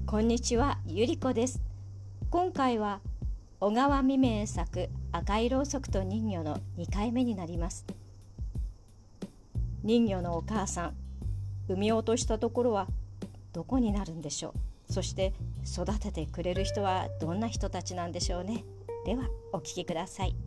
こんにちは、ゆりこです。今回は小川未明作赤いろうそくと人魚の2回目になります。人魚のお母さん、産み落としたところはどこになるんでしょう。そして育ててくれる人はどんな人たちなんでしょうね。ではお聞きください。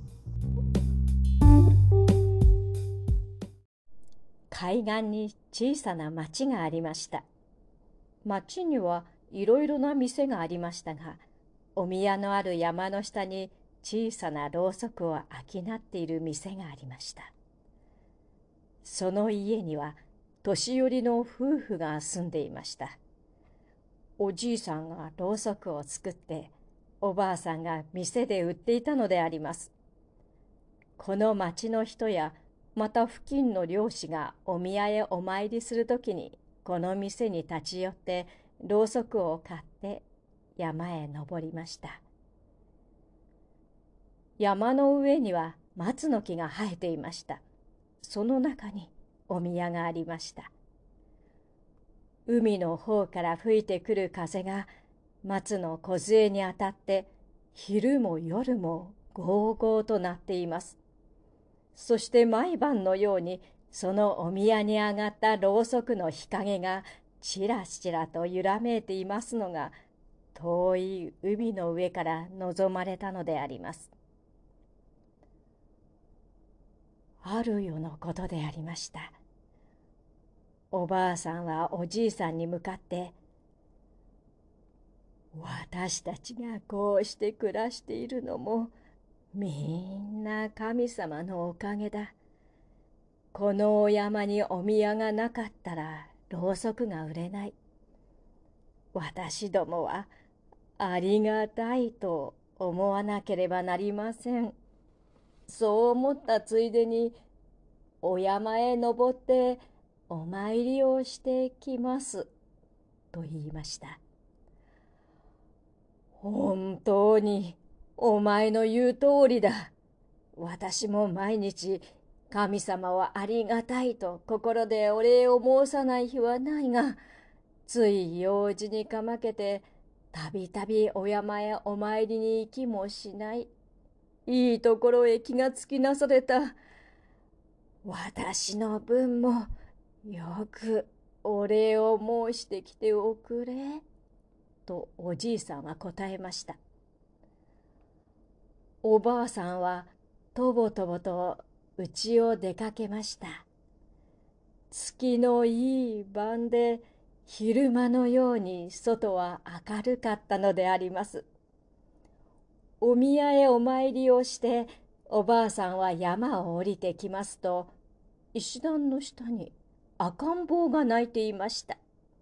海岸に小さな町がありました。町にはいろいろな店がありましたが、お宮のある山の下に小さなろうそくを商っている店がありました。その家には年寄りの夫婦が住んでいました。おじいさんがろうそくを作って、おばあさんが店で売っていたのであります。この町の人やまた付近の漁師がお宮へお参りするときにこの店に立ち寄ってろうそくを買って山へ登りました。山の上には松の木が生えていました。その中にお宮がありました。海の方から吹いてくる風が松の梢に当たって昼も夜もゴーゴーと鳴っています。そして毎晩のようにそのお宮に上がったろうそくの日陰がちらちらと揺らめいていますのが遠い海の上から望まれたのであります。ある夜のことでありました。おばあさんはおじいさんに向かって「私たちがこうして暮らしているのもみんな神様のおかげだ。このお山にお宮がなかったらろうそくが売れない。私どもはありがたいと思わなければなりません。そう思ったついでにお山へ登ってお参りをしてきます」と言いました。本当にお前の言う通りだ。私も毎日神様はありがたいと心でお礼を申さない日はないが、つい用事にかまけてたびたびお山へお参りに行きもしない。いいところへ気がつきなされた。私の分もよくお礼を申してきておくれ。とおじいさんは答えました。おばあさんはとぼとぼと家を出かけました。月のいい晩で昼間のように外は明るかったのであります。お宮へお参りをしておばあさんは山を降りてきますと、石段の下に赤ん坊が泣いていました。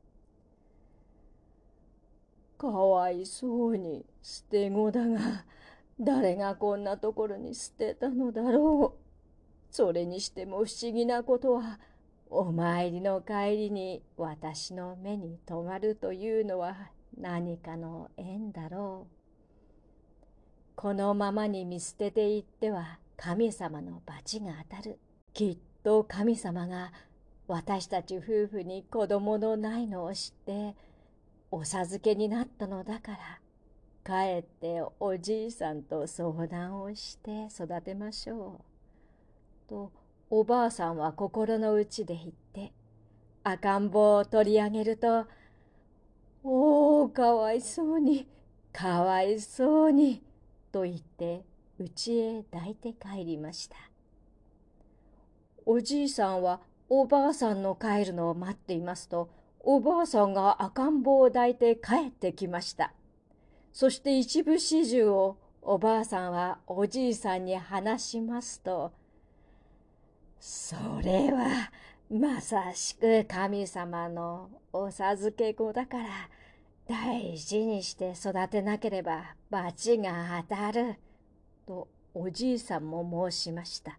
かわいそうに捨て子だが、誰がこんなところに捨てたのだろう。それにしても不思議なことは、お参りの帰りに私の目に留まるというのは何かの縁だろう。このままに見捨てていっては神様の罰が当たる。きっと神様が私たち夫婦に子供のないのを知ってお授けになったのだから、帰っておじいさんと相談をして育てましょう。とおばあさんは心の内で言って赤ん坊を取り上げると、おお、かわいそうに、かわいそうに、と言って家へ抱いて帰りました。おじいさんはおばあさんの帰るのを待っていますと、おばあさんが赤ん坊を抱いて帰ってきました。そして一部始終をおばあさんはおじいさんに話しますと、それはまさしく神様のお授け子だから大事にして育てなければ罰が当たるとおじいさんも申しました。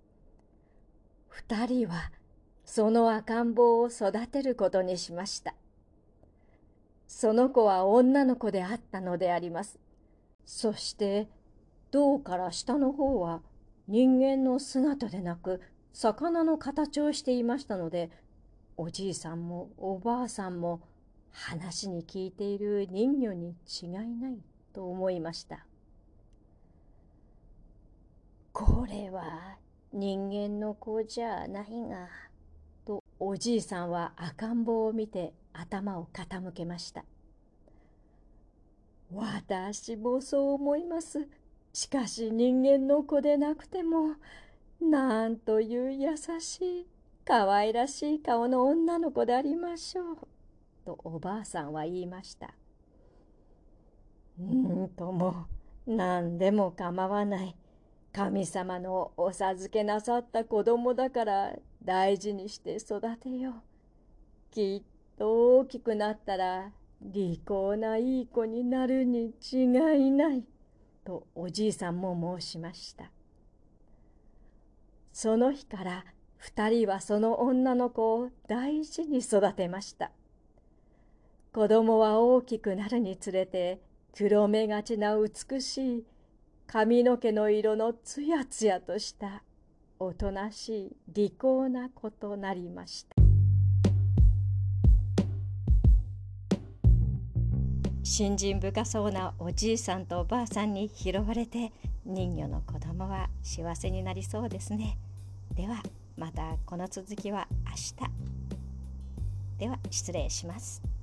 二人はその赤ん坊を育てることにしました。その子は女の子であったのであります。そして胴から下の方は人間の姿でなく魚の形をしていましたので、おじいさんもおばあさんも話に聞いている人魚に違いないと思いました。これは人間の子じゃないが、とおじいさんは赤ん坊を見て頭を傾けました。私もそう思います。しかし人間の子でなくても、なんという優しい、可愛らしい顔の女の子でありましょう。とおばあさんは言いました。とも、何でも構わない。神様のお授けなさった子供だから大事にして育てよう。きっと大きくなったら利口ないい子になるに違いない。とおじいさんも申しました。その日から2人はその女の子を大事に育てました。子供は大きくなるにつれて黒目がちな美しい髪の毛の色のつやつやとしたおとなしい利口な子となりました。信心深そうなおじいさんとおばあさんに拾われて人魚の子供は幸せになりそうですね。ではまたこの続きは明日。では失礼します。